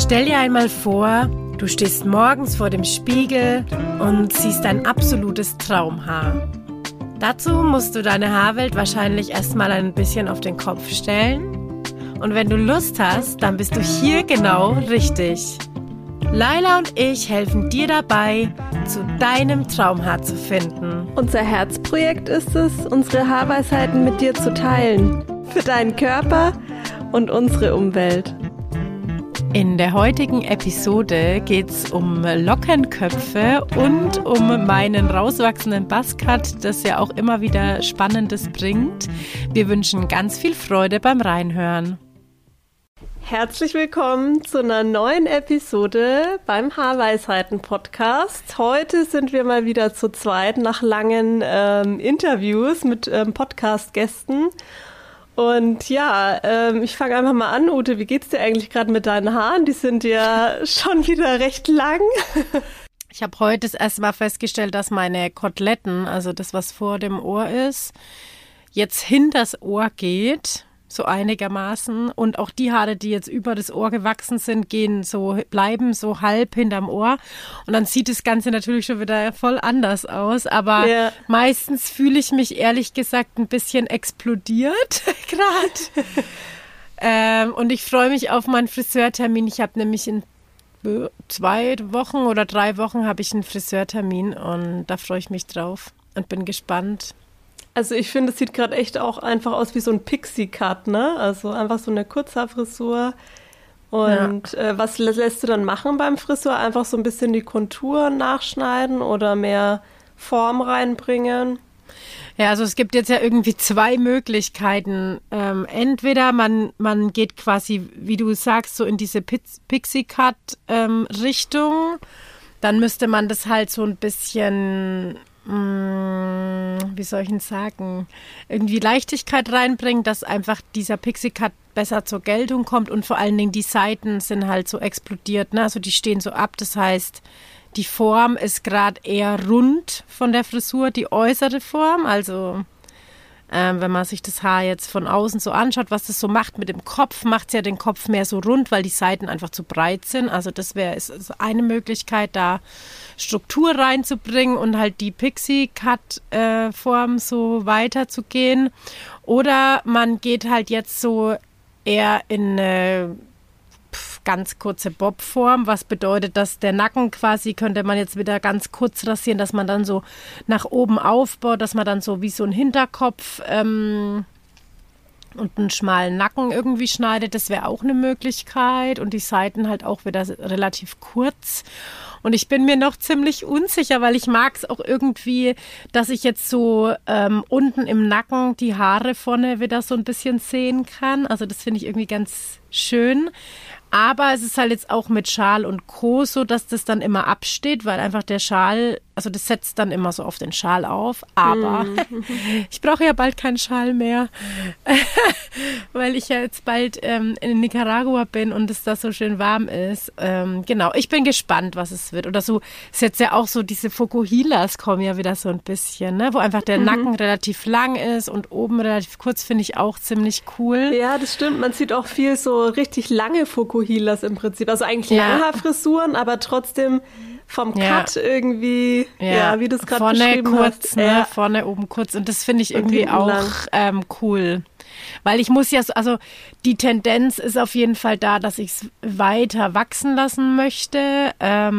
Stell dir einmal vor, du stehst morgens vor dem Spiegel und siehst dein absolutes Traumhaar. Dazu musst du deine Haarwelt wahrscheinlich erstmal ein bisschen auf den Kopf stellen. Und wenn du Lust hast, dann bist du hier genau richtig. Laila und ich helfen dir dabei, zu deinem Traumhaar zu finden. Unser Herzprojekt ist es, unsere Haarweisheiten mit dir zu teilen. Für deinen Körper und unsere Umwelt. In der heutigen Episode geht's um Lockenköpfe und um meinen rauswachsenden Buzzcut, das ja auch immer wieder Spannendes bringt. Wir wünschen ganz viel Freude beim Reinhören. Herzlich willkommen zu einer neuen Episode beim Haarweisheiten-Podcast. Heute sind wir mal wieder zu zweit nach langen Interviews mit Podcast-Gästen. Und ja, ich fange einfach mal an, Ute, wie geht's dir eigentlich gerade mit deinen Haaren? Die sind ja schon wieder recht lang. Ich habe heute das erste Mal festgestellt, dass meine Koteletten, also das, was vor dem Ohr ist, jetzt hinters Ohr geht, so einigermaßen. Und auch die Haare, die jetzt über das Ohr gewachsen sind, bleiben so halb hinterm Ohr. Und dann sieht das Ganze natürlich schon wieder voll anders aus. Aber meistens fühle ich mich ehrlich gesagt ein bisschen explodiert gerade. Und ich freue mich auf meinen Friseurtermin. Ich habe nämlich in 2 Wochen oder 3 Wochen habe ich einen Friseurtermin und da freue ich mich drauf und bin gespannt. Also ich finde, es sieht gerade echt auch einfach aus wie so ein Pixie-Cut, ne? Also einfach so eine Kurzhaarfrisur. Und was lässt du dann machen beim Friseur? Einfach so ein bisschen die Konturen nachschneiden oder mehr Form reinbringen? Ja, also es gibt jetzt ja irgendwie 2 Möglichkeiten. Entweder man geht quasi, wie du sagst, so in diese Pixie-Cut-Richtung. Dann müsste man das halt so ein bisschen, wie soll ich denn sagen, irgendwie Leichtigkeit reinbringen, dass einfach dieser Pixie-Cut besser zur Geltung kommt und vor allen Dingen die Seiten sind halt so explodiert, ne? Also die stehen so ab, das heißt, die Form ist gerade eher rund von der Frisur, die äußere Form, also wenn man sich das Haar jetzt von außen so anschaut, was das so macht mit dem Kopf, macht es ja den Kopf mehr so rund, weil die Seiten einfach zu breit sind. Also das ist eine Möglichkeit, da Struktur reinzubringen und halt die Pixie-Cut-Form so weiterzugehen. Oder man geht halt jetzt so eher in eine ganz kurze Bobform, was bedeutet, dass der Nacken quasi, könnte man jetzt wieder ganz kurz rasieren, dass man dann so nach oben aufbaut, dass man dann so wie so einen Hinterkopf und einen schmalen Nacken irgendwie schneidet. Das wäre auch eine Möglichkeit und die Seiten halt auch wieder relativ kurz. Und ich bin mir noch ziemlich unsicher, weil ich mag es auch irgendwie, dass ich jetzt so unten im Nacken die Haare vorne wieder so ein bisschen sehen kann. Also das finde ich irgendwie ganz schön. Aber es ist halt jetzt auch mit Schal und Co. so, dass das dann immer absteht, weil einfach der Schal, also das setzt dann immer so auf den Schal auf. Aber ich brauche ja bald keinen Schal mehr, weil ich ja jetzt bald in Nicaragua bin und es da so schön warm ist. Genau, ich bin gespannt, was es wird. Oder so, ist jetzt ja auch so, diese Fukuhilas kommen ja wieder so ein bisschen, ne? Wo einfach der Nacken relativ lang ist und oben relativ kurz, finde ich auch ziemlich cool. Ja, das stimmt. Man sieht auch viel so richtig lange Fukuhilas im Prinzip. Also eigentlich Langhaarfrisuren, aber trotzdem vom Cut irgendwie, wie du es gerade beschrieben kurz, hast. Ne? Vorne oben kurz. Und das finde ich irgendwie auch cool. Weil ich muss ja, also die Tendenz ist auf jeden Fall da, dass ich es weiter wachsen lassen möchte.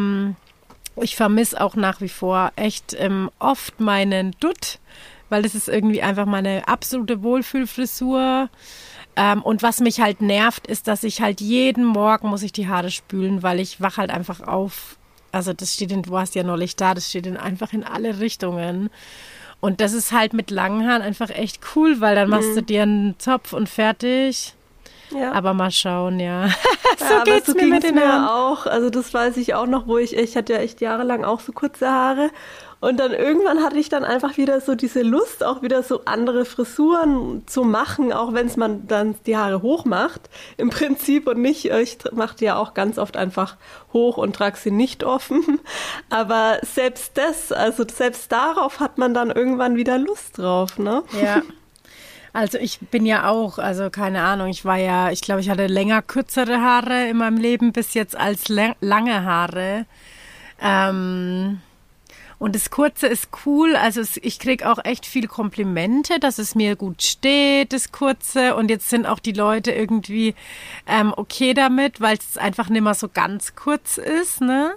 Ich vermisse auch nach wie vor echt oft meinen Dutt, weil das ist irgendwie einfach meine absolute Wohlfühlfrisur. Und was mich halt nervt, ist, dass ich halt jeden Morgen muss ich die Haare spülen, weil ich wach halt einfach auf. Also das steht du warst ja neulich da, das steht einfach in alle Richtungen. Und das ist halt mit langen Haaren einfach echt cool, weil dann machst du dir einen Zopf und fertig. Ja. Aber mal schauen, so geht's mir mit den Haaren auch. Also das weiß ich auch noch, ich hatte ja echt jahrelang auch so kurze Haare. Und dann irgendwann hatte ich dann einfach wieder so diese Lust, auch wieder so andere Frisuren zu machen, auch wenn es man dann die Haare hoch macht im Prinzip und nicht, ich mache die ja auch ganz oft einfach hoch und trage sie nicht offen. Aber selbst darauf hat man dann irgendwann wieder Lust drauf, ne? Ja. Also ich bin ja auch, also keine Ahnung, ich glaube, ich hatte länger kürzere Haare in meinem Leben bis jetzt als lange Haare. Und das Kurze ist cool, also ich kriege auch echt viel Komplimente, dass es mir gut steht, das Kurze. Und jetzt sind auch die Leute irgendwie okay damit, weil es einfach nicht mehr so ganz kurz ist, ne?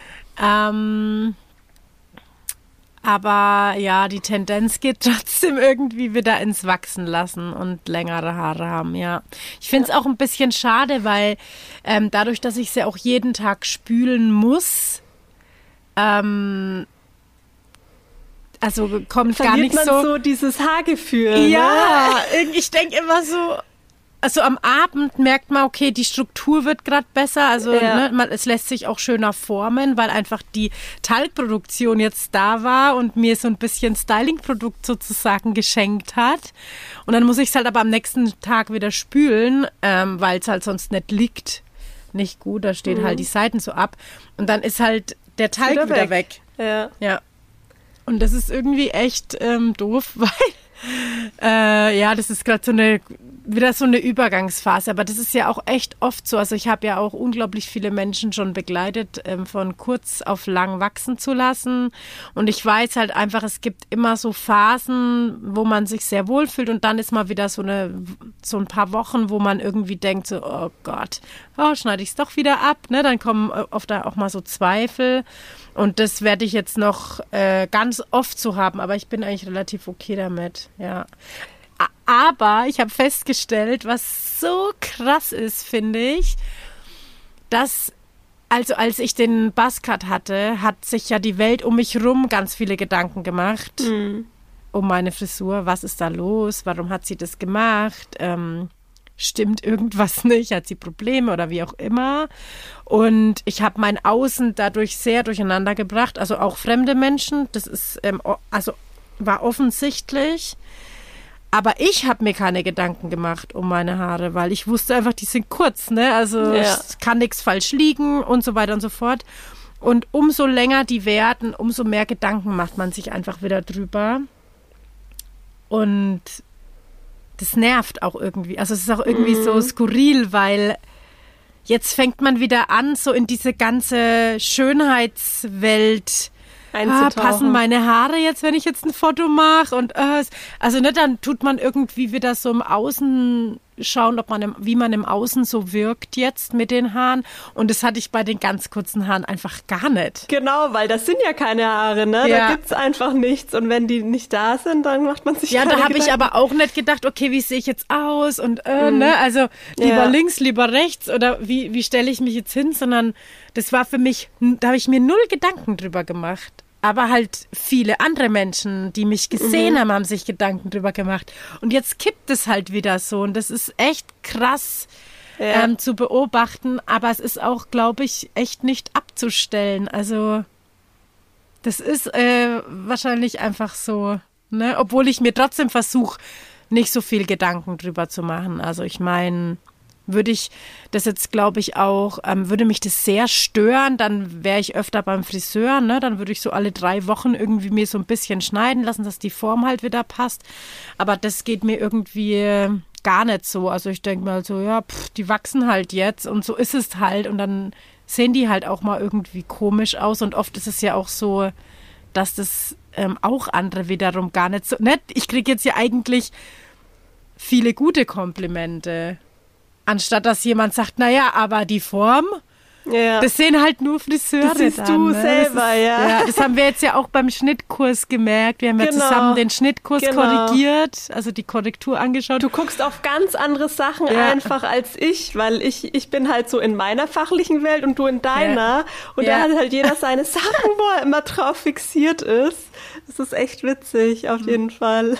Aber ja, die Tendenz geht trotzdem irgendwie wieder ins Wachsen lassen und längere Haare haben, ja. Ich finde es auch ein bisschen schade, weil dadurch, dass ich sie auch jeden Tag spülen muss, also kommt gar nicht man so dieses Haargefühl. Ja, ne? Ich denke immer so, also am Abend merkt man, okay, die Struktur wird gerade besser, also es lässt sich auch schöner formen, weil einfach die Talgproduktion jetzt da war und mir so ein bisschen Styling-Produkt sozusagen geschenkt hat. Und dann muss ich es halt aber am nächsten Tag wieder spülen, weil es halt sonst nicht liegt. Nicht gut, da stehen halt die Seiten so ab. Und dann ist halt der Talg wieder weg. Ja. Und das ist irgendwie echt doof, weil das ist gerade wieder so eine Übergangsphase. Aber das ist ja auch echt oft so. Also ich habe ja auch unglaublich viele Menschen schon begleitet, von kurz auf lang wachsen zu lassen. Und ich weiß halt einfach, es gibt immer so Phasen, wo man sich sehr wohl fühlt und dann ist mal wieder so ein paar Wochen, wo man irgendwie denkt so, oh Gott, schneide ich es doch wieder ab. Ne? Dann kommen oft auch mal so Zweifel. Und das werde ich jetzt noch ganz oft so haben, aber ich bin eigentlich relativ okay damit, ja. Aber ich habe festgestellt, was so krass ist, finde ich, dass, also als ich den Buzzcut hatte, hat sich ja die Welt um mich rum ganz viele Gedanken gemacht um meine Frisur. Was ist da los? Warum hat sie das gemacht? Stimmt irgendwas nicht? Hat sie Probleme oder wie auch immer? Und ich habe mein Außen dadurch sehr durcheinander gebracht, also auch fremde Menschen. Das ist, war offensichtlich. Aber ich habe mir keine Gedanken gemacht um meine Haare, weil ich wusste einfach, die sind kurz, ne? Also es kann nichts falsch liegen und so weiter und so fort. Und umso länger die werden, umso mehr Gedanken macht man sich einfach wieder drüber. Und das nervt auch irgendwie. Also es ist auch irgendwie so skurril, weil jetzt fängt man wieder an, so in diese ganze Schönheitswelt passen meine Haare jetzt, wenn ich jetzt ein Foto mache? Und also ne, dann tut man irgendwie wieder so im Außen schauen, wie man im Außen so wirkt jetzt mit den Haaren. Und das hatte ich bei den ganz kurzen Haaren einfach gar nicht. Genau, weil das sind ja keine Haare, ne? Ja. Da gibt's einfach nichts. Und wenn die nicht da sind, dann macht man sich keine Gedanken. Ja, da habe ich aber auch nicht gedacht, okay, wie sehe ich jetzt aus? Und ne, also lieber links, lieber rechts oder wie stelle ich mich jetzt hin? Sondern das war für mich, da habe ich mir null Gedanken drüber gemacht. Aber halt viele andere Menschen, die mich gesehen haben, haben sich Gedanken drüber gemacht. Und jetzt kippt es halt wieder so. Und das ist echt krass zu beobachten. Aber es ist auch, glaube ich, echt nicht abzustellen. Also das ist wahrscheinlich einfach so, ne? Obwohl ich mir trotzdem versuche, nicht so viel Gedanken drüber zu machen. Also ich meine, würde ich das jetzt, glaube ich, auch, würde mich das sehr stören, dann wäre ich öfter beim Friseur, ne? Dann würde ich so alle 3 Wochen irgendwie mir so ein bisschen schneiden lassen, dass die Form halt wieder passt. Aber das geht mir irgendwie gar nicht so. Also ich denke mal so, ja, die wachsen halt jetzt und so ist es halt. Und dann sehen die halt auch mal irgendwie komisch aus. Und oft ist es ja auch so, dass das auch andere wiederum gar nicht so, ne? Ich kriege jetzt ja eigentlich viele gute Komplimente. Anstatt dass jemand sagt, naja, aber die Form, das sehen halt nur Friseure. Das siehst du selber, ja. Das haben wir jetzt ja auch beim Schnittkurs gemerkt. Wir haben ja zusammen den Schnittkurs korrigiert, also die Korrektur angeschaut. Du guckst auf ganz andere Sachen einfach als ich, weil ich bin halt so in meiner fachlichen Welt und du in deiner. Und da hat halt jeder seine Sachen, wo er immer drauf fixiert ist. Das ist echt witzig, auf jeden Fall.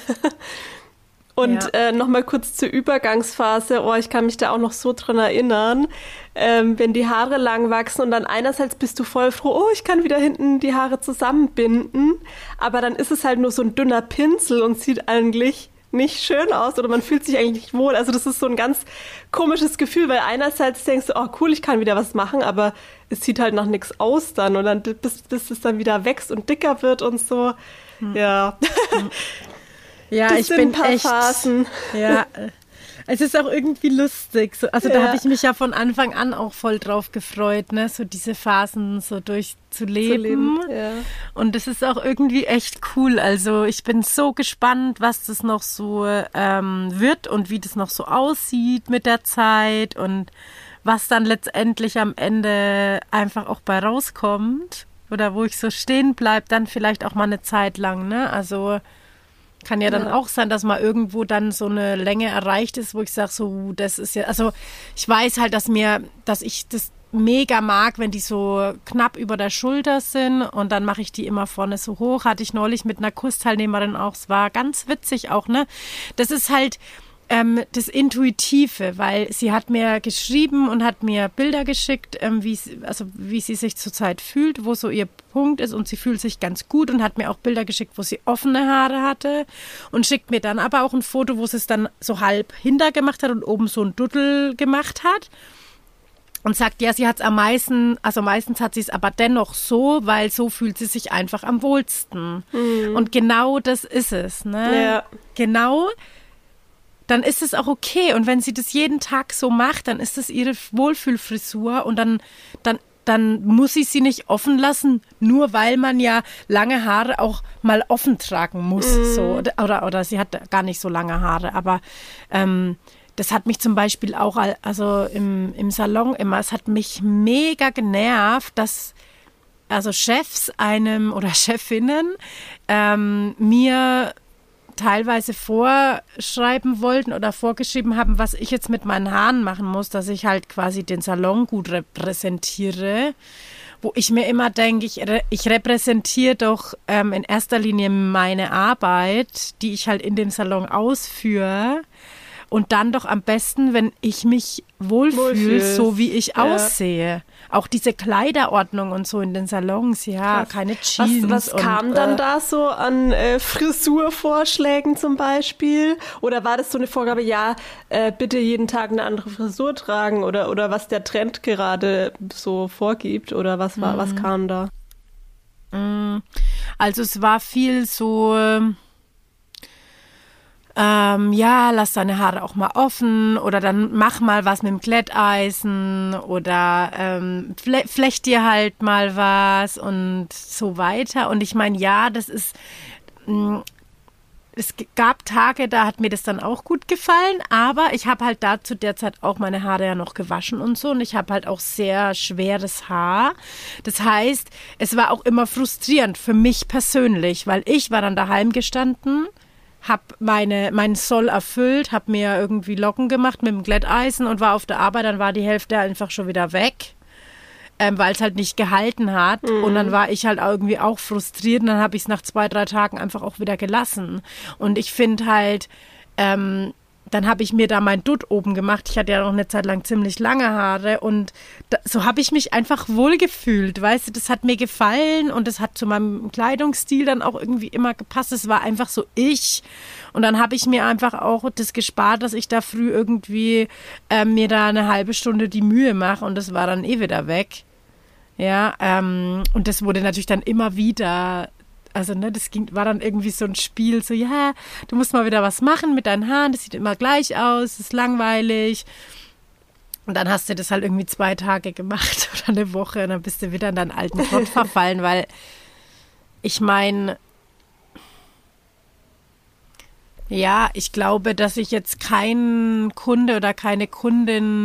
Und nochmal kurz zur Übergangsphase. Ich kann mich da auch noch so dran erinnern, wenn die Haare lang wachsen und dann einerseits bist du voll froh, ich kann wieder hinten die Haare zusammenbinden, aber dann ist es halt nur so ein dünner Pinsel und sieht eigentlich nicht schön aus oder man fühlt sich eigentlich nicht wohl. Also das ist so ein ganz komisches Gefühl, weil einerseits denkst du, cool, ich kann wieder was machen, aber es sieht halt nach nichts aus dann und dann bis es dann wieder wächst und dicker wird und so. Ja. Ja, das ich sind bin ein paar echt, Phasen. Ja, es ist auch irgendwie lustig. So, also da habe ich mich ja von Anfang an auch voll drauf gefreut, ne, so diese Phasen so durchzuleben. Ja. Und das ist auch irgendwie echt cool. Also ich bin so gespannt, was das noch so wird und wie das noch so aussieht mit der Zeit und was dann letztendlich am Ende einfach auch bei rauskommt oder wo ich so stehen bleibe, dann vielleicht auch mal eine Zeit lang, ne? Also kann ja dann auch sein, dass mal irgendwo dann so eine Länge erreicht ist, wo ich sage, so, das ist ja, also ich weiß halt, dass ich das mega mag, wenn die so knapp über der Schulter sind und dann mache ich die immer vorne so hoch. Hatte ich neulich mit einer Kursteilnehmerin auch, es war ganz witzig auch, ne? Das ist halt das Intuitive, weil sie hat mir geschrieben und hat mir Bilder geschickt, wie sie sich zurzeit fühlt, wo so ihr Punkt ist und sie fühlt sich ganz gut und hat mir auch Bilder geschickt, wo sie offene Haare hatte und schickt mir dann aber auch ein Foto, wo sie es dann so halb hinter gemacht hat und oben so ein Duttel gemacht hat. Und sagt, ja, sie hat es am meisten, also meistens hat sie es aber dennoch so, weil so fühlt sie sich einfach am wohlsten. Mhm. Und genau das ist es, ne? Ja. Genau. Dann ist es auch okay. Und wenn sie das jeden Tag so macht, dann ist das ihre Wohlfühlfrisur und dann muss ich sie nicht offen lassen, nur weil man ja lange Haare auch mal offen tragen muss. So. Oder sie hat gar nicht so lange Haare. Aber das hat mich zum Beispiel auch also im Salon immer, es hat mich mega genervt, dass also Chefs oder Chefinnen mir teilweise vorschreiben wollten oder vorgeschrieben haben, was ich jetzt mit meinen Haaren machen muss, dass ich halt quasi den Salon gut repräsentiere, wo ich mir immer denke, ich repräsentiere doch in erster Linie meine Arbeit, die ich halt in dem Salon ausführe und dann doch am besten, wenn ich mich wohlfühle, so wie ich aussehe. Auch diese Kleiderordnung und so in den Salons, ja, keine Jeans. Was kam dann da so an Frisurvorschlägen zum Beispiel? Oder war das so eine Vorgabe, ja, bitte jeden Tag eine andere Frisur tragen oder was der Trend gerade so vorgibt? Oder was kam da? Also es war viel so... lass deine Haare auch mal offen oder dann mach mal was mit dem Glätteisen oder flecht dir halt mal was und so weiter. Und ich meine, ja, es gab Tage, da hat mir das dann auch gut gefallen, aber ich habe halt da zu der Zeit auch meine Haare ja noch gewaschen und so und ich habe halt auch sehr schweres Haar. Das heißt, es war auch immer frustrierend für mich persönlich, weil ich war dann daheim gestanden, habe meinen Soll erfüllt, habe mir irgendwie Locken gemacht mit dem Glätteisen und war auf der Arbeit, dann war die Hälfte einfach schon wieder weg, weil es halt nicht gehalten hat. Und dann war ich halt irgendwie auch frustriert und dann habe ich es nach 2-3 Tagen einfach auch wieder gelassen. Und ich finde halt, dann habe ich mir da mein Dutt oben gemacht. Ich hatte ja noch eine Zeit lang ziemlich lange Haare und so habe ich mich einfach wohlgefühlt, weißt du, das hat mir gefallen und das hat zu meinem Kleidungsstil dann auch irgendwie immer gepasst. Es war einfach so ich und dann habe ich mir einfach auch das gespart, dass ich da früh irgendwie mir da eine halbe Stunde die Mühe mache und das war dann eh wieder weg. Ja, und das wurde natürlich dann immer wieder... Also, ne, war dann irgendwie so ein Spiel, so, ja, du musst mal wieder was machen mit deinen Haaren, das sieht immer gleich aus, das ist langweilig. Und dann hast du das halt irgendwie 2 Tage gemacht oder eine Woche und dann bist du wieder in deinen alten Trott verfallen, weil ich meine, ja, ich glaube, dass sich jetzt kein Kunde oder keine Kundin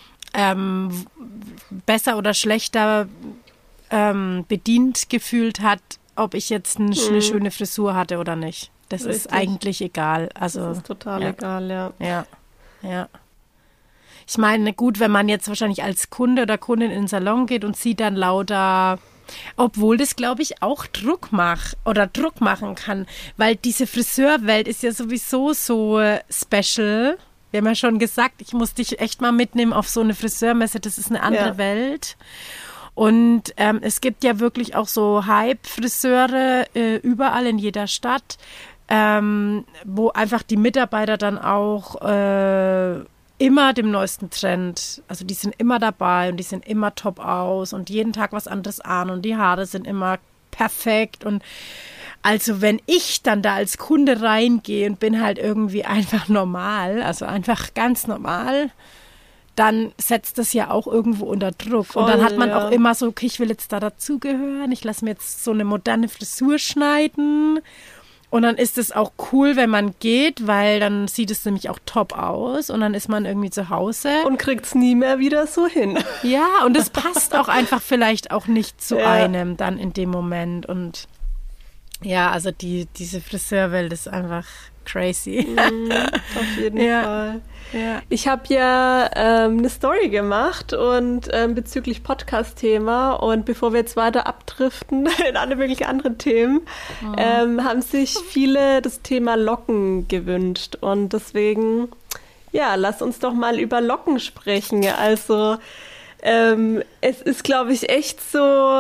besser oder schlechter bedient gefühlt hat, ob ich jetzt eine schöne Frisur hatte oder nicht. Das ist eigentlich egal. Also, das ist total egal, ja. Ja. Ich meine, gut, wenn man jetzt wahrscheinlich als Kunde oder Kundin in den Salon geht und sieht dann lauter, obwohl das, glaube ich, auch Druck machen kann, weil diese Friseurwelt ist ja sowieso so special. Wir haben ja schon gesagt, ich muss dich echt mal mitnehmen auf so eine Friseurmesse, das ist eine andere Welt. Und es gibt ja wirklich auch so Hype-Friseure überall in jeder Stadt, wo einfach die Mitarbeiter dann auch immer dem neuesten Trend, also die sind immer dabei und die sind immer top aus und jeden Tag was anderes an und die Haare sind immer perfekt und Also wenn ich dann da als Kunde reingehe und bin halt irgendwie einfach normal, also einfach ganz normal, dann setzt das ja auch irgendwo unter Druck. Voll, und dann hat man ja. auch immer so, okay, ich will jetzt da dazugehören, ich lasse mir jetzt so eine moderne Frisur schneiden. Und dann ist es auch cool, wenn man geht, weil dann sieht es nämlich auch top aus und dann ist man irgendwie zu Hause. Und kriegt es nie mehr wieder so hin. Ja, und es passt auch einfach vielleicht auch nicht zu Ja. einem dann in dem Moment. Und ja, also diese Friseurwelt ist einfach crazy. Auf jeden Ja. Fall. Ja. Ich habe ja eine Story gemacht und bezüglich Podcast-Thema und bevor wir jetzt weiter abdriften in alle möglichen anderen Themen, haben sich viele das Thema Locken gewünscht und deswegen, ja, lass uns doch mal über Locken sprechen. Also es ist, glaube ich, echt so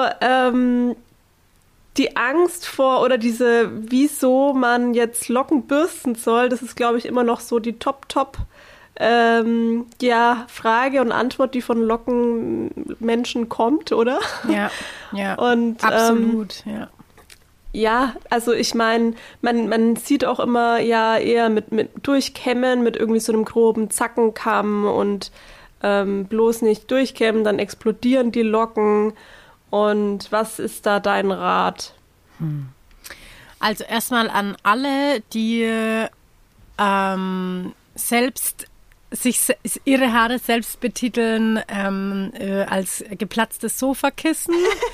die Angst vor oder wieso man jetzt Locken bürsten soll, das ist, glaube ich, immer noch so die Top Frage und Antwort, die von Lockenmenschen kommt, oder? Ja, Und absolut, ja. Ja, also ich meine, man sieht auch immer ja eher mit Durchkämmen, mit irgendwie so einem groben Zackenkamm und bloß nicht durchkämmen, dann explodieren die Locken. Und was ist da dein Rat? Also erstmal an alle, die ihre Haare selbst betiteln als geplatztes Sofakissen.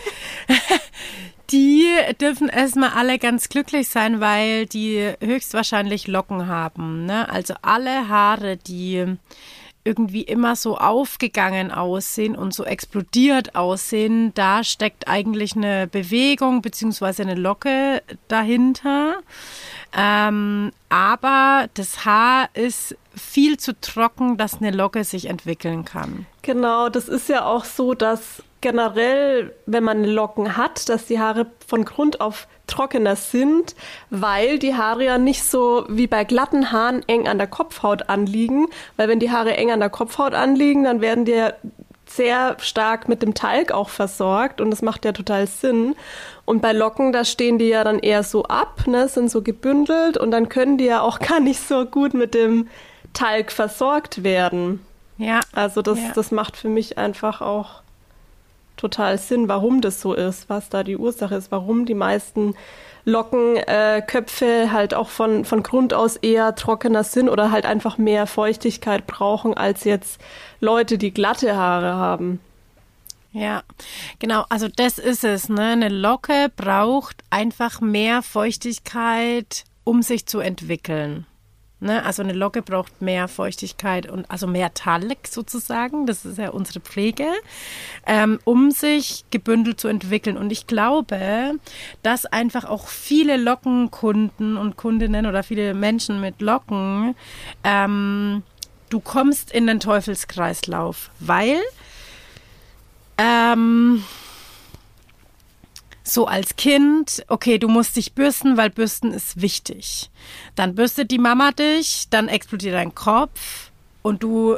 Die dürfen erstmal alle ganz glücklich sein, weil die höchstwahrscheinlich Locken haben. Ne? Also alle Haare, die irgendwie immer so aufgegangen aussehen und so explodiert aussehen, da steckt eigentlich eine Bewegung beziehungsweise eine Locke dahinter. Aber das Haar ist viel zu trocken, dass eine Locke sich entwickeln kann. Genau, das ist ja auch so, dass generell, wenn man Locken hat, dass die Haare von Grund auf trockener sind, weil die Haare ja nicht so wie bei glatten Haaren eng an der Kopfhaut anliegen, weil wenn die Haare eng an der Kopfhaut anliegen, dann werden die ja sehr stark mit dem Talg auch versorgt und das macht ja total Sinn. Und bei Locken, da stehen die ja dann eher so ab, ne, sind so gebündelt und dann können die ja auch gar nicht so gut mit dem Talg versorgt werden. Ja. Also das macht für mich einfach auch total Sinn, warum das so ist, was da die Ursache ist, warum die meisten Lockenköpfe halt auch von Grund aus eher trockener sind oder halt einfach mehr Feuchtigkeit brauchen als jetzt Leute, die glatte Haare haben. Ja, genau, also das ist es, ne? Eine Locke braucht einfach mehr Feuchtigkeit, um sich zu entwickeln. Ne? Also eine Locke braucht mehr Feuchtigkeit und also mehr Talg sozusagen, das ist ja unsere Pflege, um sich gebündelt zu entwickeln. Und ich glaube, dass einfach auch viele Lockenkunden und Kundinnen oder viele Menschen mit Locken, du kommst in den Teufelskreislauf, weil so als Kind, okay, du musst dich bürsten, weil Bürsten ist wichtig. Dann bürstet die Mama dich, dann explodiert dein Kopf und du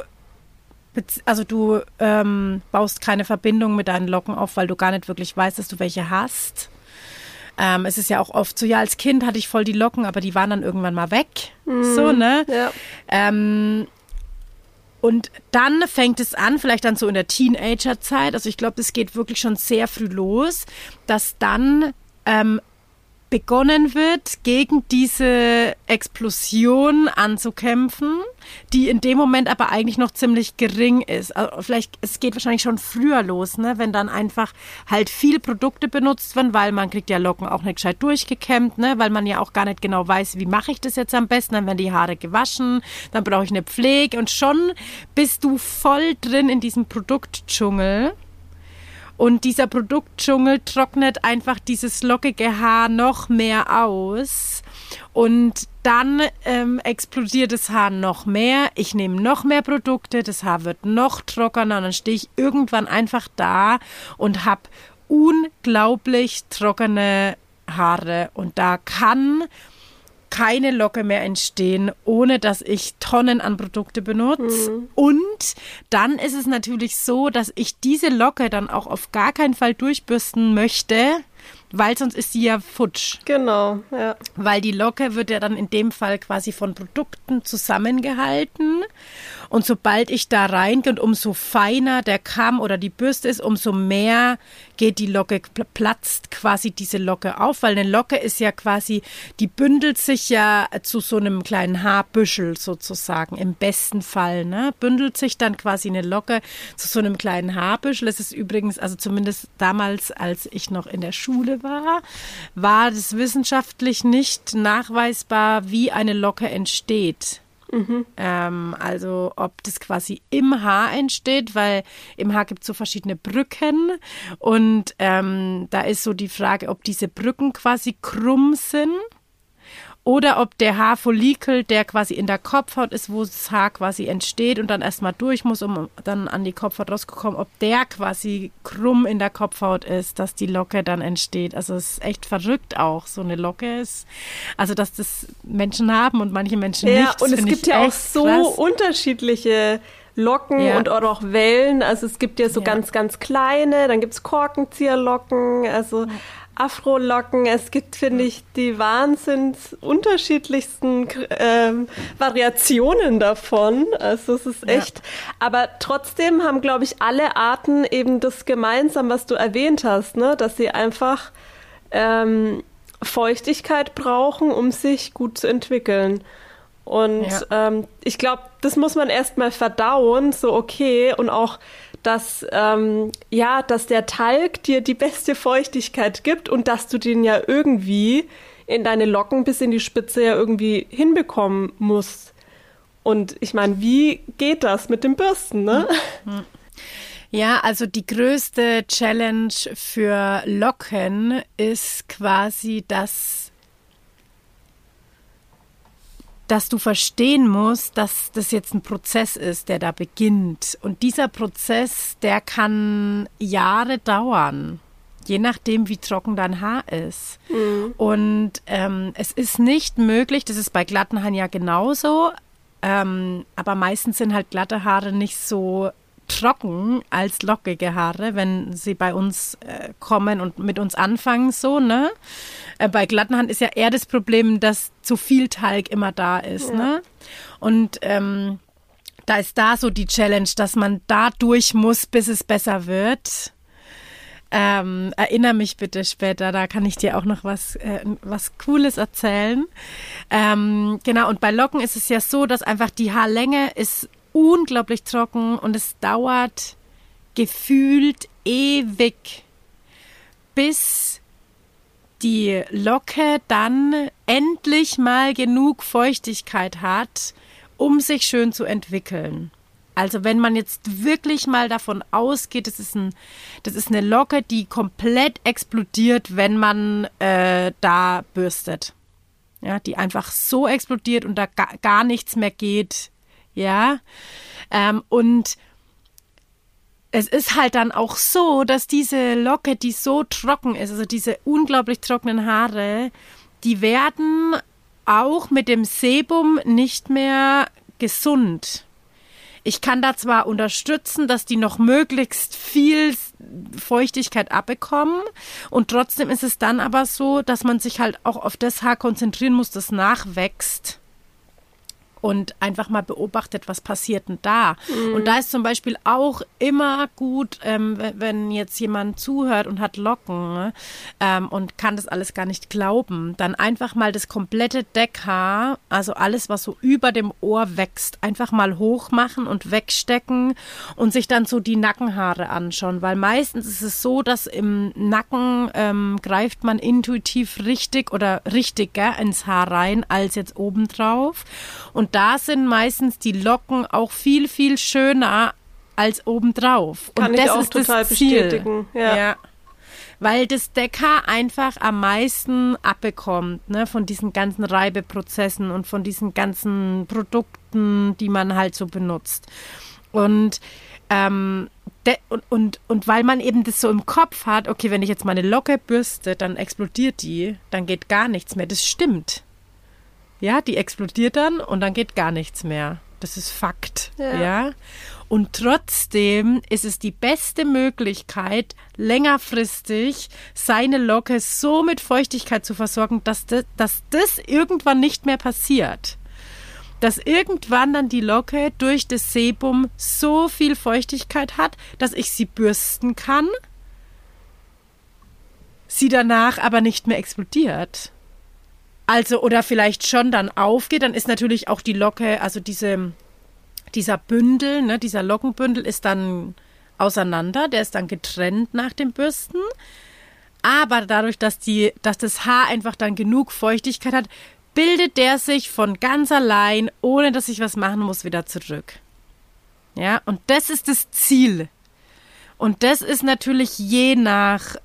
baust keine Verbindung mit deinen Locken auf, weil du gar nicht wirklich weißt, dass du welche hast. Es ist ja auch oft so, ja, als Kind hatte ich voll die Locken, aber die waren dann irgendwann mal weg. So, ne? Ja. Und dann fängt es an, vielleicht dann so in der Teenagerzeit, also ich glaube, das geht wirklich schon sehr früh los, dass dann begonnen wird, gegen diese Explosion anzukämpfen, die in dem Moment aber eigentlich noch ziemlich gering ist. Also es geht wahrscheinlich schon früher los, ne, wenn dann einfach halt viel Produkte benutzt werden, weil man kriegt ja Locken auch nicht gescheit durchgekämmt, ne, weil man ja auch gar nicht genau weiß, wie mache ich das jetzt am besten, dann werden die Haare gewaschen, dann brauche ich eine Pflege und schon bist du voll drin in diesem Produktdschungel. Und dieser Produktdschungel trocknet einfach dieses lockige Haar noch mehr aus. Und dann explodiert das Haar noch mehr. Ich nehme noch mehr Produkte, das Haar wird noch trockener. Und dann stehe ich irgendwann einfach da und habe unglaublich trockene Haare. Und da kann keine Locke mehr entstehen, ohne dass ich Tonnen an Produkte benutze. Und dann ist es natürlich so, dass ich diese Locke dann auch auf gar keinen Fall durchbürsten möchte, weil sonst ist sie ja futsch. Genau, ja. Weil die Locke wird ja dann in dem Fall quasi von Produkten zusammengehalten. Und sobald ich da reingehe und umso feiner der Kamm oder die Bürste ist, umso mehr geht die Locke, platzt quasi diese Locke auf, weil eine Locke ist ja quasi, die bündelt sich ja zu so einem kleinen Haarbüschel sozusagen, im besten Fall, ne? Bündelt sich dann quasi eine Locke zu so einem kleinen Haarbüschel. Es ist übrigens, also zumindest damals, als ich noch in der Schule war das wissenschaftlich nicht nachweisbar, wie eine Locke entsteht. Also ob das quasi im Haar entsteht, weil im Haar gibt es so verschiedene Brücken und da ist so die Frage, ob diese Brücken quasi krumm sind oder ob der Haarfollikel, der quasi in der Kopfhaut ist, wo das Haar quasi entsteht und dann erstmal durch muss, um dann an die Kopfhaut rauszukommen, ob der quasi krumm in der Kopfhaut ist, dass die Locke dann entsteht. Also es ist echt verrückt auch, so eine Locke ist. Also dass das Menschen haben und manche Menschen nicht. Ja, und es gibt ja auch so krass. Unterschiedliche Locken und auch Wellen. Also es gibt ja so ganz, ganz kleine, dann gibt es Korkenzieherlocken, also Afrolocken. Es gibt, finde ich, die wahnsinns unterschiedlichsten Variationen davon. Also es ist echt, aber trotzdem haben, glaube ich, alle Arten eben das gemeinsam, was du erwähnt hast, ne? Dass sie einfach Feuchtigkeit brauchen, um sich gut zu entwickeln. Und ich glaube, das muss man erstmal verdauen, so okay, und auch, dass der Talg dir die beste Feuchtigkeit gibt und dass du den ja irgendwie in deine Locken bis in die Spitze ja irgendwie hinbekommen musst. Und ich meine, wie geht das mit dem Bürsten, ne? Ja, also die größte Challenge für Locken ist quasi, dass du verstehen musst, dass das jetzt ein Prozess ist, der da beginnt. Und dieser Prozess, der kann Jahre dauern, je nachdem, wie trocken dein Haar ist. Und es ist nicht möglich, das ist bei glatten Haaren ja genauso, aber meistens sind halt glatte Haare nicht so trocken als lockige Haare, wenn sie bei uns kommen und mit uns anfangen so, ne? Bei glatten Haaren ist ja eher das Problem, dass zu viel Talg immer da ist, ne? Und da ist da so die Challenge, dass man da durch muss, bis es besser wird. Erinnere mich bitte später, da kann ich dir auch noch was Cooles erzählen. Genau, und bei Locken ist es ja so, dass einfach die Haarlänge ist unglaublich trocken und es dauert gefühlt ewig, bis die Locke dann endlich mal genug Feuchtigkeit hat, um sich schön zu entwickeln. Also wenn man jetzt wirklich mal davon ausgeht, das ist eine Locke, die komplett explodiert, wenn man da bürstet. Ja, die einfach so explodiert und da gar nichts mehr geht. Ja, und es ist halt dann auch so, dass diese Locke, die so trocken ist, also diese unglaublich trockenen Haare, die werden auch mit dem Sebum nicht mehr gesund. Ich kann da zwar unterstützen, dass die noch möglichst viel Feuchtigkeit abbekommen und trotzdem ist es dann aber so, dass man sich halt auch auf das Haar konzentrieren muss, das nachwächst. Und einfach mal beobachtet, was passiert denn da. Und da ist zum Beispiel auch immer gut, wenn jetzt jemand zuhört und hat Locken und kann das alles gar nicht glauben, dann einfach mal das komplette Deckhaar, also alles, was so über dem Ohr wächst, einfach mal hochmachen und wegstecken und sich dann so die Nackenhaare anschauen. Weil meistens ist es so, dass im Nacken greift man intuitiv richtig oder richtiger ins Haar rein als jetzt obendrauf. Und da sind meistens die Locken auch viel, viel schöner als obendrauf. Kann und ich das auch ist total das Ziel. bestätigen. Ja. Weil das Deckhaar einfach am meisten abbekommt, ne, von diesen ganzen Reibeprozessen und von diesen ganzen Produkten, die man halt so benutzt. Und weil man eben das so im Kopf hat, okay, wenn ich jetzt meine Locke bürste, dann explodiert die, dann geht gar nichts mehr. Das stimmt. Ja, die explodiert dann und dann geht gar nichts mehr. Das ist Fakt, ja. Und trotzdem ist es die beste Möglichkeit, längerfristig seine Locke so mit Feuchtigkeit zu versorgen, dass das irgendwann nicht mehr passiert. Dass irgendwann dann die Locke durch das Sebum so viel Feuchtigkeit hat, dass ich sie bürsten kann, sie danach aber nicht mehr explodiert. Also, oder vielleicht schon dann aufgeht, dann ist natürlich auch die Locke, also dieser Bündel, ne, dieser Lockenbündel ist dann auseinander, der ist dann getrennt nach dem Bürsten. Aber dadurch, dass das Haar einfach dann genug Feuchtigkeit hat, bildet der sich von ganz allein, ohne dass ich was machen muss, wieder zurück. Ja, und das ist das Ziel. Und das ist natürlich je nach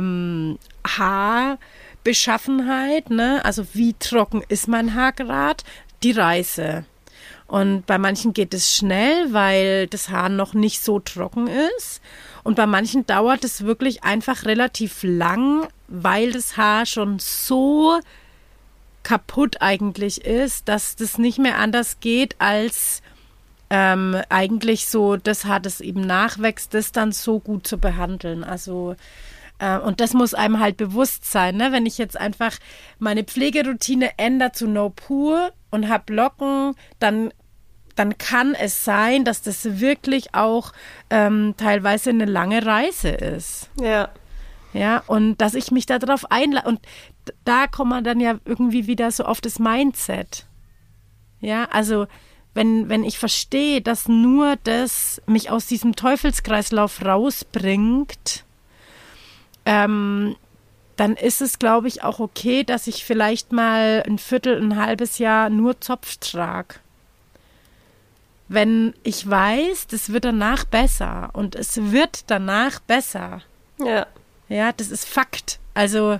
Haarbeschaffenheit, ne? Also wie trocken ist mein Haargrad, die Reise. Und bei manchen geht es schnell, weil das Haar noch nicht so trocken ist. Und bei manchen dauert es wirklich einfach relativ lang, weil das Haar schon so kaputt eigentlich ist, dass das nicht mehr anders geht, als eigentlich so das Haar, das eben nachwächst, das dann so gut zu behandeln. Also und das muss einem halt bewusst sein, ne? Wenn ich jetzt einfach meine Pflegeroutine ändere zu No Pur und habe Locken, dann kann es sein, dass das wirklich auch teilweise eine lange Reise ist. Ja. Ja, und dass ich mich darauf einlasse. Und da kommt man dann ja irgendwie wieder so auf das Mindset. Ja, also wenn ich verstehe, dass nur das mich aus diesem Teufelskreislauf rausbringt, dann ist es, glaube ich, auch okay, dass ich vielleicht mal ein halbes Jahr nur Zopf trage. Wenn ich weiß, das wird danach besser und es wird danach besser. Ja. Ja, das ist Fakt. Also,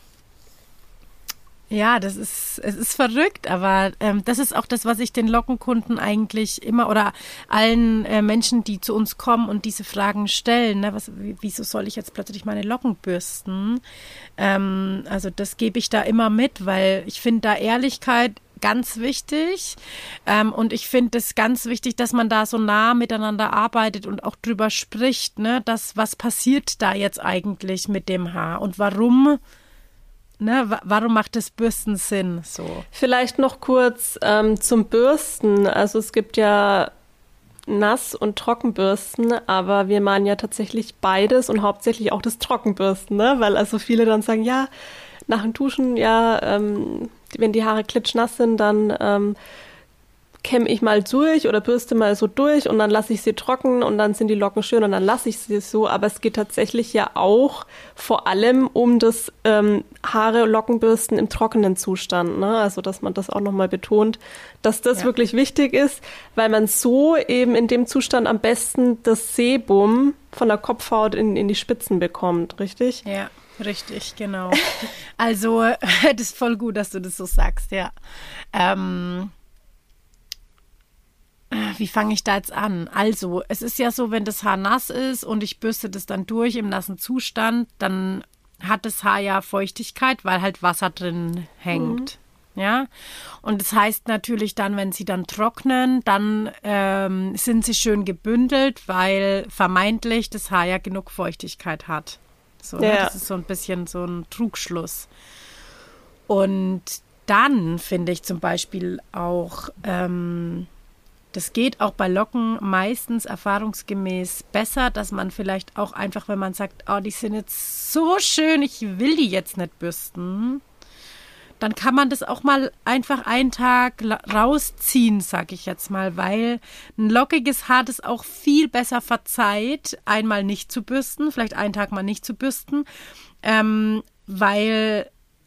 ja, es ist verrückt, aber das ist auch das, was ich den Lockenkunden eigentlich immer oder allen Menschen, die zu uns kommen und diese Fragen stellen, ne, wieso soll ich jetzt plötzlich meine Locken bürsten? Also das gebe ich da immer mit, weil ich finde da Ehrlichkeit ganz wichtig und ich finde es ganz wichtig, dass man da so nah miteinander arbeitet und auch drüber spricht, ne, was passiert da jetzt eigentlich mit dem Haar und warum macht das Bürsten Sinn? So. Vielleicht noch kurz zum Bürsten. Also es gibt ja Nass- und Trockenbürsten, aber wir meinen ja tatsächlich beides und hauptsächlich auch das Trockenbürsten, ne? Weil also viele dann sagen, ja, nach dem Duschen, ja, wenn die Haare klitschnass sind, dann kämme ich mal durch oder bürste mal so durch und dann lasse ich sie trocken und dann sind die Locken schön und dann lasse ich sie so. Aber es geht tatsächlich ja auch vor allem um das Haare-Lockenbürsten im trockenen Zustand, ne? Also dass man das auch nochmal betont, dass das wirklich wichtig ist, weil man so eben in dem Zustand am besten das Sebum von der Kopfhaut in die Spitzen bekommt, richtig? Ja. Richtig, genau. Also, das ist voll gut, dass du das so sagst, ja. Wie fange ich da jetzt an? Also, es ist ja so, wenn das Haar nass ist und ich bürste das dann durch im nassen Zustand, dann hat das Haar ja Feuchtigkeit, weil halt Wasser drin hängt. Ja, und das heißt natürlich dann, wenn sie dann trocknen, dann sind sie schön gebündelt, weil vermeintlich das Haar ja genug Feuchtigkeit hat. So, ne? Das ist so ein bisschen so ein Trugschluss. Und dann finde ich zum Beispiel auch, das geht auch bei Locken meistens erfahrungsgemäß besser, dass man vielleicht auch einfach, wenn man sagt, oh, die sind jetzt so schön, ich will die jetzt nicht bürsten, dann kann man das auch mal einfach einen Tag rausziehen, sag ich jetzt mal, weil ein lockiges Haar das auch viel besser verzeiht, einmal nicht zu bürsten, vielleicht einen Tag mal nicht zu bürsten, weil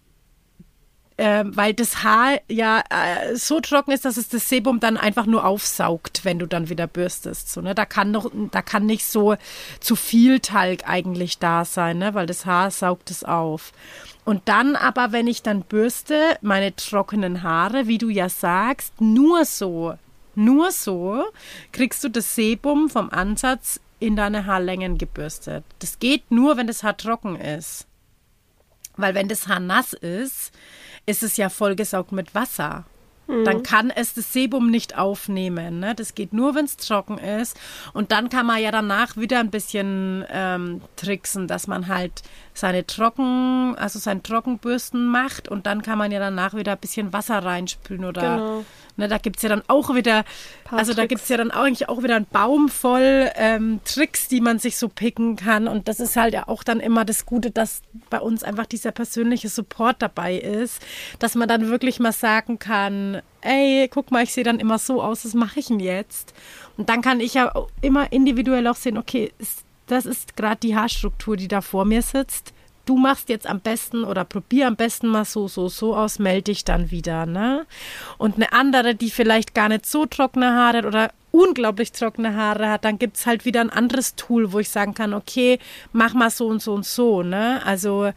das Haar ja so trocken ist, dass es das Sebum dann einfach nur aufsaugt, wenn du dann wieder bürstest. So, ne? Da kann nicht so zu viel Talg eigentlich da sein, ne? Weil das Haar saugt es auf. Und dann aber, wenn ich dann bürste, meine trockenen Haare, wie du ja sagst, nur so kriegst du das Sebum vom Ansatz in deine Haarlängen gebürstet. Das geht nur, wenn das Haar trocken ist. Weil wenn das Haar nass ist, ist es ja vollgesaugt mit Wasser. Dann kann es das Sebum nicht aufnehmen. Ne? Das geht nur, wenn es trocken ist. Und dann kann man ja danach wieder ein bisschen tricksen, dass man halt seine Trockenbürsten macht und dann kann man ja danach wieder ein bisschen Wasser reinspülen oder ne, da gibt es ja dann auch wieder, da gibt es ja dann eigentlich auch wieder einen Baum voll Tricks, die man sich so picken kann und das ist halt ja auch dann immer das Gute, dass bei uns einfach dieser persönliche Support dabei ist, dass man dann wirklich mal sagen kann, ey, guck mal, ich sehe dann immer so aus, was mache ich denn jetzt? Und dann kann ich ja immer individuell auch sehen, okay, das ist gerade die Haarstruktur, die da vor mir sitzt. Du machst jetzt am besten oder probier am besten mal so aus, melde dich dann wieder. Ne? Und eine andere, die vielleicht gar nicht so trockene Haare hat oder unglaublich trockene Haare hat, dann gibt es halt wieder ein anderes Tool, wo ich sagen kann, okay, mach mal so und so und so. Ne? Also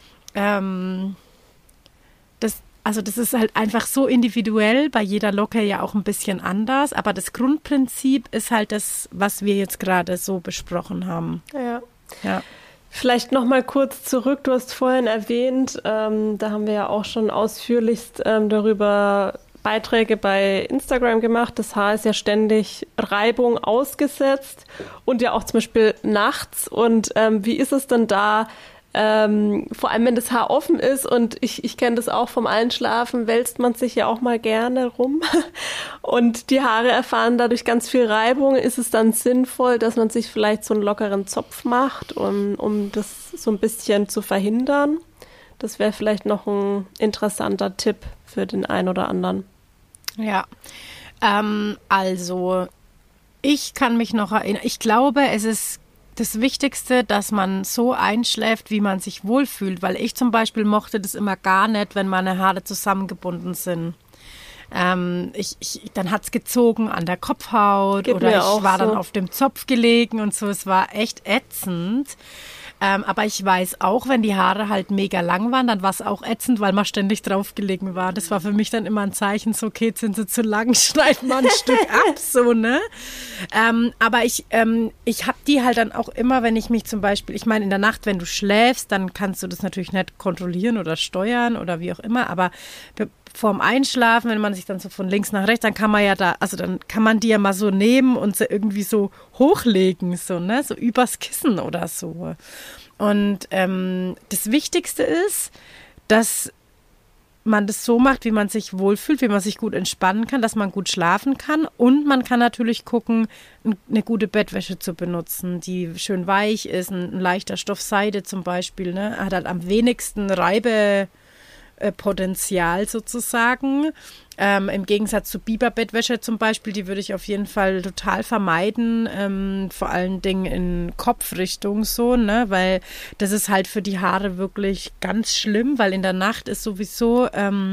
das ist halt einfach so individuell, bei jeder Locke ja auch ein bisschen anders, aber das Grundprinzip ist halt das, was wir jetzt gerade so besprochen haben. Ja. Vielleicht noch mal kurz zurück, du hast vorhin erwähnt, da haben wir ja auch schon ausführlichst darüber Beiträge bei Instagram gemacht. Das Haar ist ja ständig Reibung ausgesetzt und ja auch zum Beispiel nachts. Und wie ist es denn da? Vor allem, wenn das Haar offen ist und ich kenne das auch vom Einschlafen, wälzt man sich ja auch mal gerne rum und die Haare erfahren dadurch ganz viel Reibung. Ist es dann sinnvoll, dass man sich vielleicht so einen lockeren Zopf macht, um das so ein bisschen zu verhindern? Das wäre vielleicht noch ein interessanter Tipp für den einen oder anderen. Ja, also ich kann mich noch erinnern, ich glaube, es ist das Wichtigste, dass man so einschläft, wie man sich wohlfühlt, weil ich zum Beispiel mochte das immer gar nicht, wenn meine Haare zusammengebunden sind. Dann hat's gezogen an der Kopfhaut oder ich war dann auf dem Zopf gelegen und so. Es war echt ätzend. Aber ich weiß auch, wenn die Haare halt mega lang waren, dann war es auch ätzend, weil man ständig drauf gelegen war. Das war für mich dann immer ein Zeichen, so, okay, jetzt sind sie zu lang, schneid mal ein Stück ab, so, ne? Aber ich habe die halt dann auch immer, wenn ich mich zum Beispiel, ich meine, in der Nacht, wenn du schläfst, dann kannst du das natürlich nicht kontrollieren oder steuern oder wie auch immer, aber vorm Einschlafen, wenn man sich dann so von links nach rechts, dann kann man ja dann kann man die ja mal so nehmen und sie irgendwie so hochlegen, so, ne, so übers Kissen oder so. Und das Wichtigste ist, dass man das so macht, wie man sich wohlfühlt, wie man sich gut entspannen kann, dass man gut schlafen kann und man kann natürlich gucken, eine gute Bettwäsche zu benutzen, die schön weich ist, ein leichter Stoff Seide zum Beispiel, ne, hat halt am wenigsten Reibepotenzial sozusagen. Im Gegensatz zu Biberbettwäsche zum Beispiel, die würde ich auf jeden Fall total vermeiden, vor allen Dingen in Kopfrichtung so, ne, weil das ist halt für die Haare wirklich ganz schlimm, weil in der Nacht ist sowieso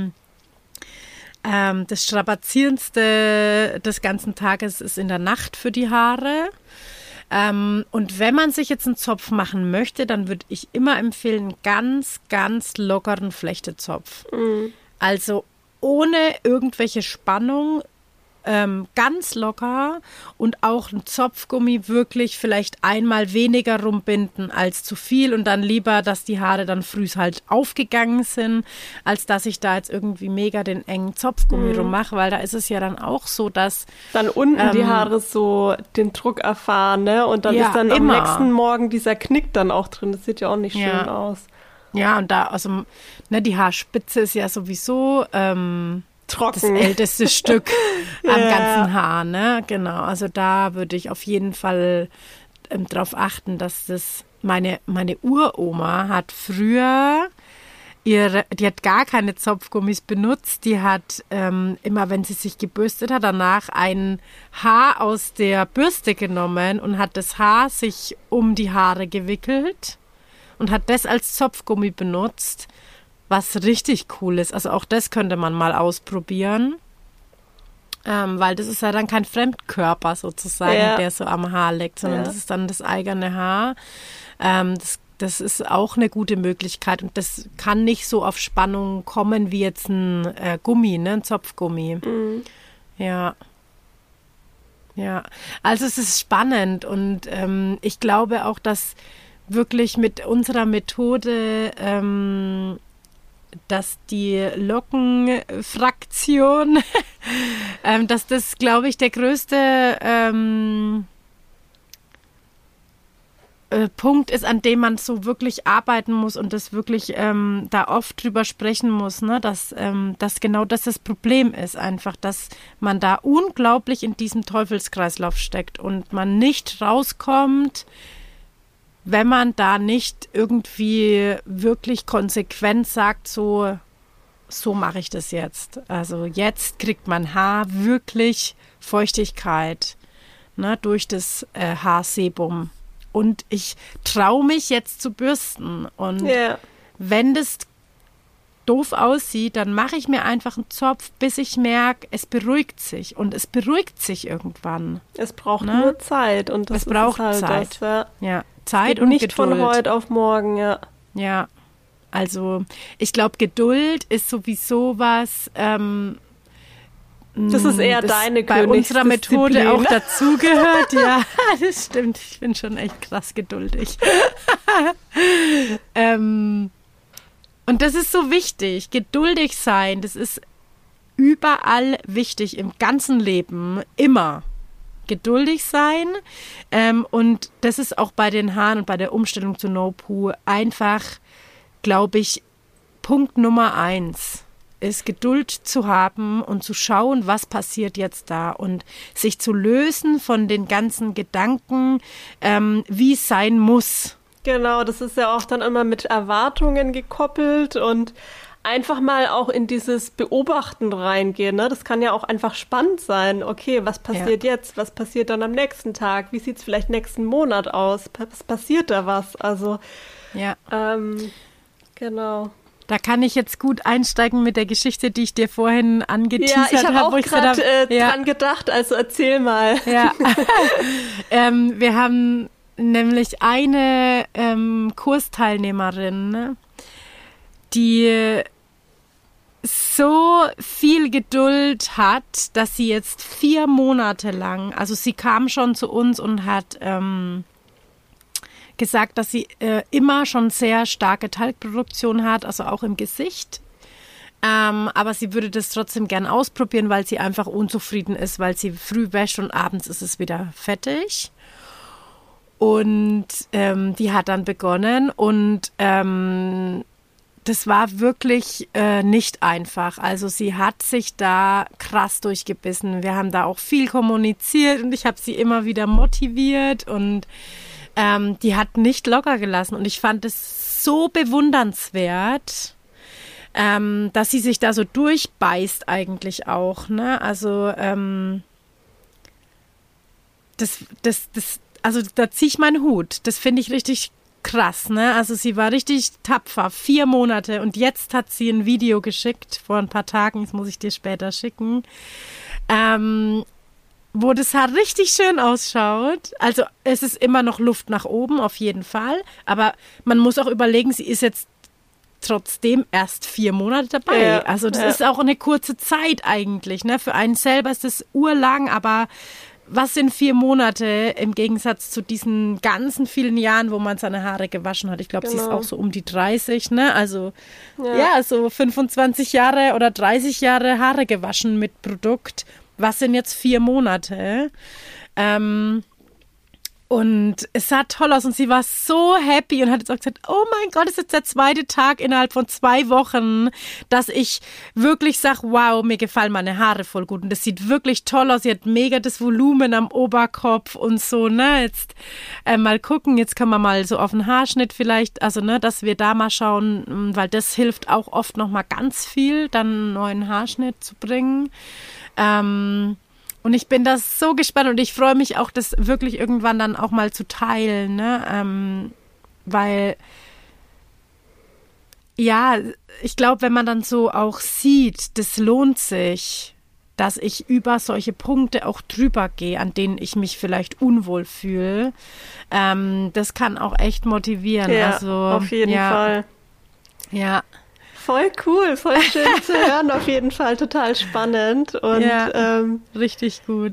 das Strapazierendste des ganzen Tages ist in der Nacht für die Haare. Und wenn man sich jetzt einen Zopf machen möchte, dann würde ich immer empfehlen, einen ganz, ganz lockeren Flechtezopf. Also ohne irgendwelche Spannung, ganz locker und auch ein Zopfgummi wirklich vielleicht einmal weniger rumbinden als zu viel und dann lieber, dass die Haare dann früh halt aufgegangen sind, als dass ich da jetzt irgendwie mega den engen Zopfgummi rummache, weil da ist es ja dann auch so, dass dann unten die Haare so den Druck erfahren, ne? Und dann ist dann am nächsten Morgen dieser Knick dann auch drin. Das sieht ja auch nicht schön aus. Ja, und da, also, ne, die Haarspitze ist ja sowieso trocken. Das älteste Stück am ganzen Haar, ne? Genau, also da würde ich auf jeden Fall drauf achten, dass das meine Uroma hat früher die hat gar keine Zopfgummis benutzt, die hat immer, wenn sie sich gebürstet hat, danach ein Haar aus der Bürste genommen und hat das Haar sich um die Haare gewickelt und hat das als Zopfgummi benutzt, was richtig cool ist. Also auch das könnte man mal ausprobieren, weil das ist ja dann kein Fremdkörper sozusagen, der so am Haar liegt, sondern das ist dann das eigene Haar. Das ist auch eine gute Möglichkeit und das kann nicht so auf Spannung kommen wie jetzt ein Gummi, ne, ein Zopfgummi. Ja. Ja, also es ist spannend und ich glaube auch, dass wirklich mit unserer Methode dass die Lockenfraktion, dass das, glaube ich, der größte Punkt ist, an dem man so wirklich arbeiten muss und das wirklich da oft drüber sprechen muss, ne? Dass genau das Problem ist, einfach, dass man da unglaublich in diesem Teufelskreislauf steckt und man nicht rauskommt, wenn man da nicht irgendwie wirklich konsequent sagt, so mache ich das jetzt. Also jetzt kriegt mein Haar wirklich Feuchtigkeit, ne, durch das Haarsebum. Und ich traue mich jetzt zu bürsten. Und wenn das doof aussieht, dann mache ich mir einfach einen Zopf, bis ich merke, es beruhigt sich. Und es beruhigt sich irgendwann. Es braucht nur Zeit. Und das es braucht ist halt Zeit. Das, ja. Zeit und nicht Geduld. Von heute auf morgen, ja. Ja, also ich glaube, Geduld ist sowieso was, das ist eher deine bei unserer Methode auch dazugehört. Ja, das stimmt. Ich bin schon echt krass geduldig. Und das ist so wichtig. Geduldig sein, das ist überall wichtig im ganzen Leben. Immer. Geduldig sein. Und das ist auch bei den Haaren und bei der Umstellung zu No-Poo einfach, glaube ich, Punkt Nummer 1. Ist Geduld zu haben und zu schauen, was passiert jetzt da und sich zu lösen von den ganzen Gedanken, wie es sein muss. Genau, das ist ja auch dann immer mit Erwartungen gekoppelt und einfach mal auch in dieses Beobachten reingehen. Ne? Das kann ja auch einfach spannend sein. Okay, was passiert jetzt? Was passiert dann am nächsten Tag? Wie sieht es vielleicht nächsten Monat aus? Was passiert da was? Also, genau. Da kann ich jetzt gut einsteigen mit der Geschichte, die ich dir vorhin angeteasert habe. Ja, ich habe auch gerade dran gedacht, also erzähl mal. Ja, wir haben nämlich eine Kursteilnehmerin, ne, die so viel Geduld hat, dass sie jetzt 4 Monate lang, also sie kam schon zu uns und hat gesagt, dass sie immer schon sehr starke Talgproduktion hat, also auch im Gesicht. Aber sie würde das trotzdem gern ausprobieren, weil sie einfach unzufrieden ist, weil sie früh wäscht und abends ist es wieder fettig. Und die hat dann begonnen und das war wirklich nicht einfach. Also sie hat sich da krass durchgebissen. Wir haben da auch viel kommuniziert und ich habe sie immer wieder motiviert und die hat nicht locker gelassen. Und ich fand es so bewundernswert, dass sie sich da so durchbeißt eigentlich auch. Ne? Also also da ziehe ich meinen Hut. Das finde ich richtig krass, ne? Also sie war richtig tapfer, 4 Monate und jetzt hat sie ein Video geschickt, vor ein paar Tagen, das muss ich dir später schicken, wo das Haar richtig schön ausschaut. Also es ist immer noch Luft nach oben, auf jeden Fall, aber man muss auch überlegen, sie ist jetzt trotzdem erst 4 Monate dabei. Ja, also das ist auch eine kurze Zeit eigentlich, ne? Für einen selber ist das urlang, aber was sind 4 Monate im Gegensatz zu diesen ganzen vielen Jahren, wo man seine Haare gewaschen hat? Ich glaube, sie ist auch so um die 30, ne? Also so 25 Jahre oder 30 Jahre Haare gewaschen mit Produkt. Was sind jetzt 4 Monate? Und es sah toll aus und sie war so happy und hat jetzt auch gesagt, oh mein Gott, es ist jetzt der 2. Tag innerhalb von 2 Wochen, dass ich wirklich sage, wow, mir gefallen meine Haare voll gut und das sieht wirklich toll aus. Sie hat mega das Volumen am Oberkopf und so, ne, jetzt mal gucken, jetzt kann man mal so auf den Haarschnitt vielleicht, also ne, dass wir da mal schauen, weil das hilft auch oft nochmal ganz viel, dann einen neuen Haarschnitt zu bringen. Und ich bin da so gespannt und ich freue mich auch, das wirklich irgendwann dann auch mal zu teilen, ne? Weil, ja, ich glaube, wenn man dann so auch sieht, das lohnt sich, dass ich über solche Punkte auch drüber gehe, an denen ich mich vielleicht unwohl fühle, das kann auch echt motivieren. Ja, also, auf jeden Fall. Ja. Voll cool, voll schön zu hören, auf jeden Fall total spannend und richtig gut.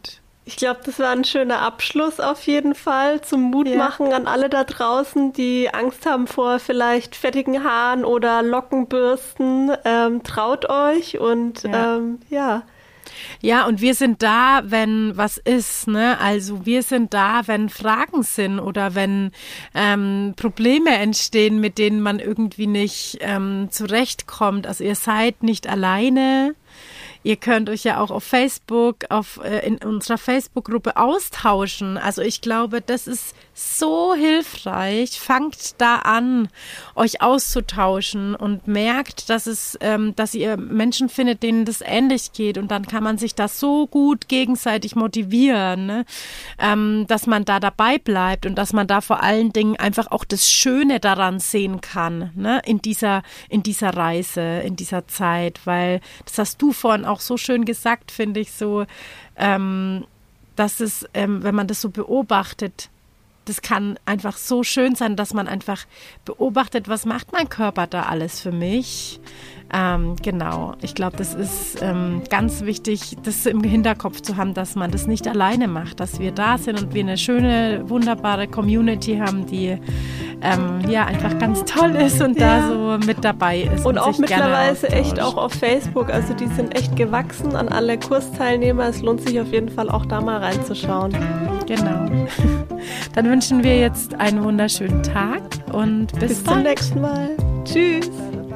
Ich glaube, das war ein schöner Abschluss auf jeden Fall zum Mutmachen an alle da draußen, die Angst haben vor vielleicht fettigen Haaren oder Lockenbürsten. Traut euch und Ja, und wir sind da, wenn was ist, ne? Also wir sind da, wenn Fragen sind oder wenn Probleme entstehen, mit denen man irgendwie nicht zurechtkommt. Also ihr seid nicht alleine. Ihr könnt euch ja auch auf Facebook, in unserer Facebook-Gruppe austauschen. Also ich glaube, das ist so hilfreich. Fangt da an, euch auszutauschen und merkt, dass ihr Menschen findet, denen das ähnlich geht. Und dann kann man sich da so gut gegenseitig motivieren, ne? Dass man da dabei bleibt und dass man da vor allen Dingen einfach auch das Schöne daran sehen kann, ne? In dieser Reise, in dieser Zeit. Weil, das hast du vorhin auch so schön gesagt, finde ich so, dass es, wenn man das so beobachtet, das kann einfach so schön sein, dass man einfach beobachtet, was macht mein Körper da alles für mich. Genau, ich glaube, das ist ganz wichtig, das im Hinterkopf zu haben, dass man das nicht alleine macht, dass wir da sind und wir eine schöne, wunderbare Community haben, die einfach ganz toll ist und da so mit dabei ist. Und auch mittlerweile echt auch auf Facebook, also die sind echt gewachsen an alle Kursteilnehmer. Es lohnt sich auf jeden Fall auch da mal reinzuschauen. Genau. Dann wünschen wir jetzt einen wunderschönen Tag und bis zum nächsten Mal. Tschüss.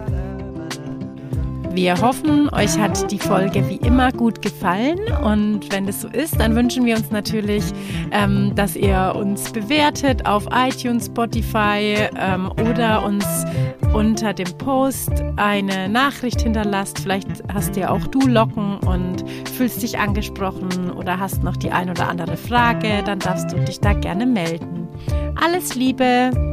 Wir hoffen, euch hat die Folge wie immer gut gefallen und wenn das so ist, dann wünschen wir uns natürlich, dass ihr uns bewertet auf iTunes, Spotify oder uns unter dem Post eine Nachricht hinterlasst. Vielleicht hast ja auch du Locken und fühlst dich angesprochen oder hast noch die ein oder andere Frage, dann darfst du dich da gerne melden. Alles Liebe!